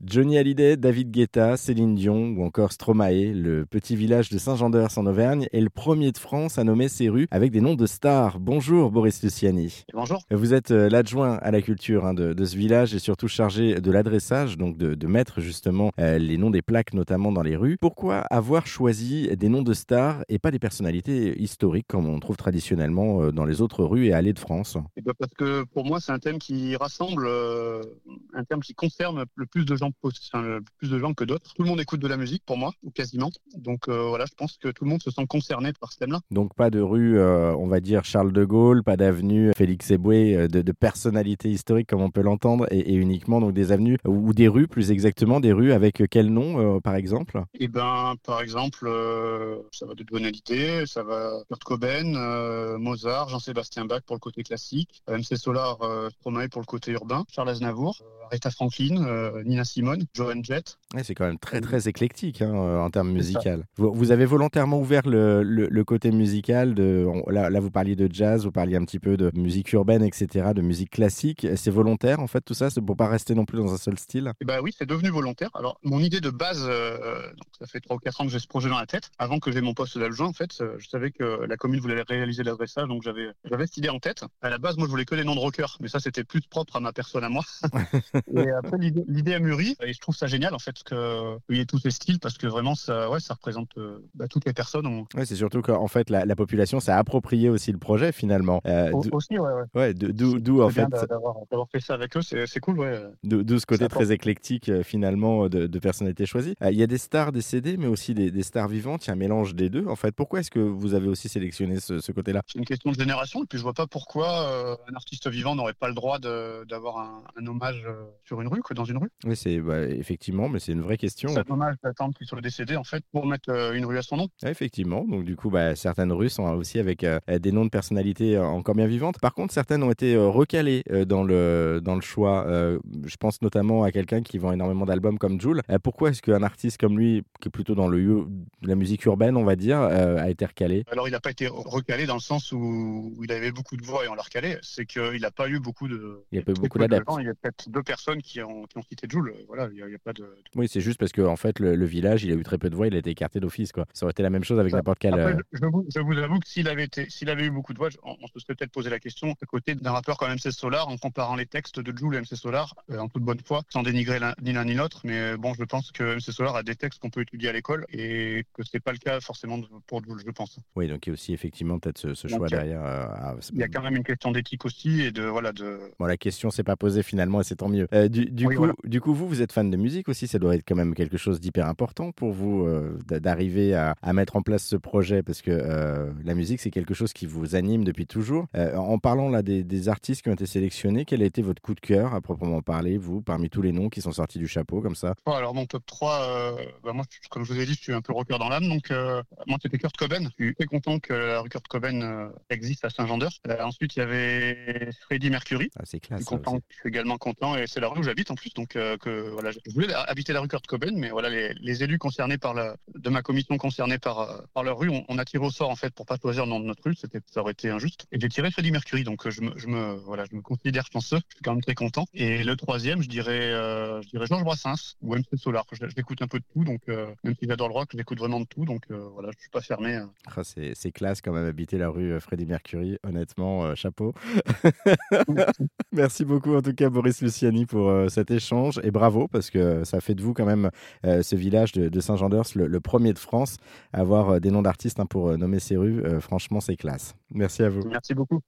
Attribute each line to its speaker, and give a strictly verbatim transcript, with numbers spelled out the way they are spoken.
Speaker 1: Johnny Hallyday, David Guetta, Céline Dion ou encore Stromae, le petit village de Saint-Jean-d'Eurs en Auvergne est le premier de France à nommer ses rues avec des noms de stars. Bonjour Boris Luciani.
Speaker 2: Bonjour.
Speaker 1: Vous êtes euh, l'adjoint à la culture hein, de, de ce village et surtout chargé de l'adressage, donc de, de mettre justement euh, les noms des plaques notamment dans les rues. Pourquoi avoir choisi des noms de stars et pas des personnalités historiques comme on trouve traditionnellement euh, dans les autres rues et allées de France?
Speaker 2: Et ben parce que pour moi, c'est un thème qui rassemble, euh, un thème qui concerne le plus de gens, enfin, le plus de gens que d'autres. Tout le monde écoute de la musique pour moi, ou quasiment. Donc euh, voilà, je pense que tout le monde se sent concerné par ce thème-là.
Speaker 1: Donc pas de rue, euh, on va dire Charles de Gaulle, pas d'avenue Félix Éboué, euh, de, de personnalités historiques comme on peut l'entendre, et, et uniquement donc des avenues ou des rues, plus exactement des rues avec quel nom euh, par exemple?
Speaker 2: Et ben par exemple, euh, ça va de Tonalité, ça va Kurt Cobain, euh, Mozart, Jean-Sébastien Bach pour le côté classique, M C Solar, euh, Stromae pour le côté urbain, Charles Aznavour, euh, Aretha Franklin, euh, Nina Simone, Joan Jett.
Speaker 1: Ouais, c'est quand même très très éclectique hein, euh, en termes
Speaker 2: C'est ça.
Speaker 1: musical. Vous, vous avez volontairement ouvert le, le, le côté musical. De, on- là, là, vous parliez de jazz, vous parliez un petit peu de musique urbaine, et cetera, de musique classique. C'est volontaire en fait tout ça, c'est pour pas rester non plus dans un seul style.
Speaker 2: Et bah oui, c'est devenu volontaire. Alors, mon idée de base, euh, donc ça fait trois ou quatre ans que j'ai ce projet dans la tête. Avant que j'ai mon poste d'adjoint, en fait, euh, je savais que la commune voulait réaliser l'adressage, donc j'avais, j'avais cette idée en tête. À la base, moi, je voulais que des noms de rockers, mais ça, c'était plus propre à ma personne à moi. Et après, l'idée, l'idée a mûri, et je trouve ça génial, en fait, que qu'il y ait tous ces styles, parce que vraiment, ça, ouais, ça représente euh, bah, toutes les personnes. On-
Speaker 1: Ouais, c'est surtout qu'en fait la, la population s'est approprié aussi le projet finalement. Euh,
Speaker 2: au-
Speaker 1: d'o-
Speaker 2: Aussi, ouais, ouais.
Speaker 1: ouais, de- d'où
Speaker 2: C'est
Speaker 1: d'où, en
Speaker 2: c'est bien
Speaker 1: fait
Speaker 2: d'a- d'avoir, d'avoir fait ça avec eux, c'est, c'est cool, ouais.
Speaker 1: D'o- D'où ce
Speaker 2: Ça
Speaker 1: côté
Speaker 2: apporte.
Speaker 1: très éclectique euh, finalement euh, de, de personnalités choisies. Euh, Il y a des stars décédées, mais aussi des, des stars vivantes. Il y a un mélange des deux. En fait, pourquoi est-ce que vous avez aussi sélectionné ce, ce côté-là?
Speaker 2: C'est une question de génération, et puis je vois pas pourquoi euh, un artiste vivant n'aurait pas le droit de- d'avoir un, un hommage euh, sur une rue, que dans une rue.
Speaker 1: Oui, c'est bah, effectivement, mais c'est une vraie question.
Speaker 2: C'est un hommage d'attendre qu'il soit décédé, en fait, pour mettre euh, une rue à son nom.
Speaker 1: Ouais, effectivement. Donc du coup, bah, certaines rues sont aussi avec euh, des noms de personnalités euh, encore bien vivantes. Par contre, certaines ont été euh, recalées euh, dans le dans le choix. Euh, je pense notamment à quelqu'un qui vend énormément d'albums comme Jul. Euh, pourquoi est-ce qu'un artiste comme lui, qui est plutôt dans le u- de la musique urbaine, on va dire, euh, a été recalé?
Speaker 2: Alors, il n'a pas été recalé dans le sens où, où il avait beaucoup de voix et on l'a recalé. C'est qu'il n'a pas eu beaucoup de.
Speaker 1: Il n'y a
Speaker 2: Il y a
Speaker 1: pas eu
Speaker 2: très
Speaker 1: beaucoup
Speaker 2: peu de
Speaker 1: d'adeptes.
Speaker 2: gens. Il y a peut-être deux personnes qui ont, qui ont cité Jul. Voilà, il n'y a, il y a pas de.
Speaker 1: Oui, c'est juste parce que en fait, le, le village, il a eu très peu de voix, il a été écarté d'office, quoi. Ça aurait été la même chose avec
Speaker 2: Ça.
Speaker 1: n'importe quel.
Speaker 2: Après,
Speaker 1: euh,
Speaker 2: je, je vous, je vous avoue que s'il avait été, s'il avait eu beaucoup de voix, on, on se serait peut-être posé la question à côté d'un rappeur comme M C Solar, en comparant les textes de Jul et M C Solar, euh, en toute bonne foi, sans dénigrer l'un- ni l'un ni l'autre. Mais euh, bon, je pense que M C Solar a des textes qu'on peut étudier à l'école et que c'est pas le cas forcément de- pour Jul, je pense.
Speaker 1: Oui, donc il y a aussi effectivement peut-être ce, ce
Speaker 2: Donc,
Speaker 1: choix
Speaker 2: il y a
Speaker 1: derrière. euh, à-
Speaker 2: il y a quand même une question d'éthique aussi et de voilà de.
Speaker 1: Bon, la question s'est pas posée finalement et c'est tant mieux. Euh, du, du
Speaker 2: Oui,
Speaker 1: coup,
Speaker 2: voilà.
Speaker 1: du coup, vous, vous êtes fan de musique aussi. Ça doit être quand même quelque chose d'hyper important pour vous euh, d- d'arriver à, à mettre en place ce projet parce que euh, la musique, c'est quelque chose qui vous anime depuis toujours. Euh, en parlant là des, des artistes qui ont été sélectionnés, quel a été votre coup de cœur à proprement parler, vous, parmi tous les noms qui sont sortis du chapeau comme ça?
Speaker 2: Bon, alors mon top trois, euh, bah, moi je- comme je vous ai dit, je suis un peu rocker dans l'âme, donc euh, moi c'était Kurt Cobain. Je suis très content que la rue Kurt Cobain euh, existe à Saint-Jean-d'Eurs. Euh, ensuite il y avait Freddie Mercury.
Speaker 1: Ah, c'est
Speaker 2: Je suis
Speaker 1: classe ça aussi.
Speaker 2: content, je suis également content et c'est la rue où j'habite en plus, donc euh, que voilà, je voulais habiter la rue Kurt Cobain, mais voilà les, les élus concernés par la, de ma commission concernée par euh, par leur rue, on, on a tiré au sort en fait pour pas choisir le nom de notre rue, c'était ça aurait été injuste. Et j'ai tiré Freddie Mercury, donc euh, je me, je me voilà, je me considère chanceux, je suis quand même très content. Et le troisième, je dirais euh, je dirais Georges Brassens ou M C Solar. Je, je l'écoute un peu de tout, donc euh, même si j'adore le rock, je l'écoute vraiment de tout, donc euh, voilà, je suis pas fermé. euh.
Speaker 1: Ah, c'est c'est classe quand même habiter la rue euh, Freddie Mercury. Honnêtement, euh, chapeau.
Speaker 2: Merci.
Speaker 1: Merci beaucoup en tout cas Boris Luciani pour euh, cet échange et bravo parce que ça fait de vous quand même euh, ce village de, de Saint-Jean-d'Eurs le, le premier de France à avoir euh, des noms d'artistes hein, pour euh, nommer ses rues. Euh, franchement, c'est classe. Merci à vous.
Speaker 2: Merci beaucoup.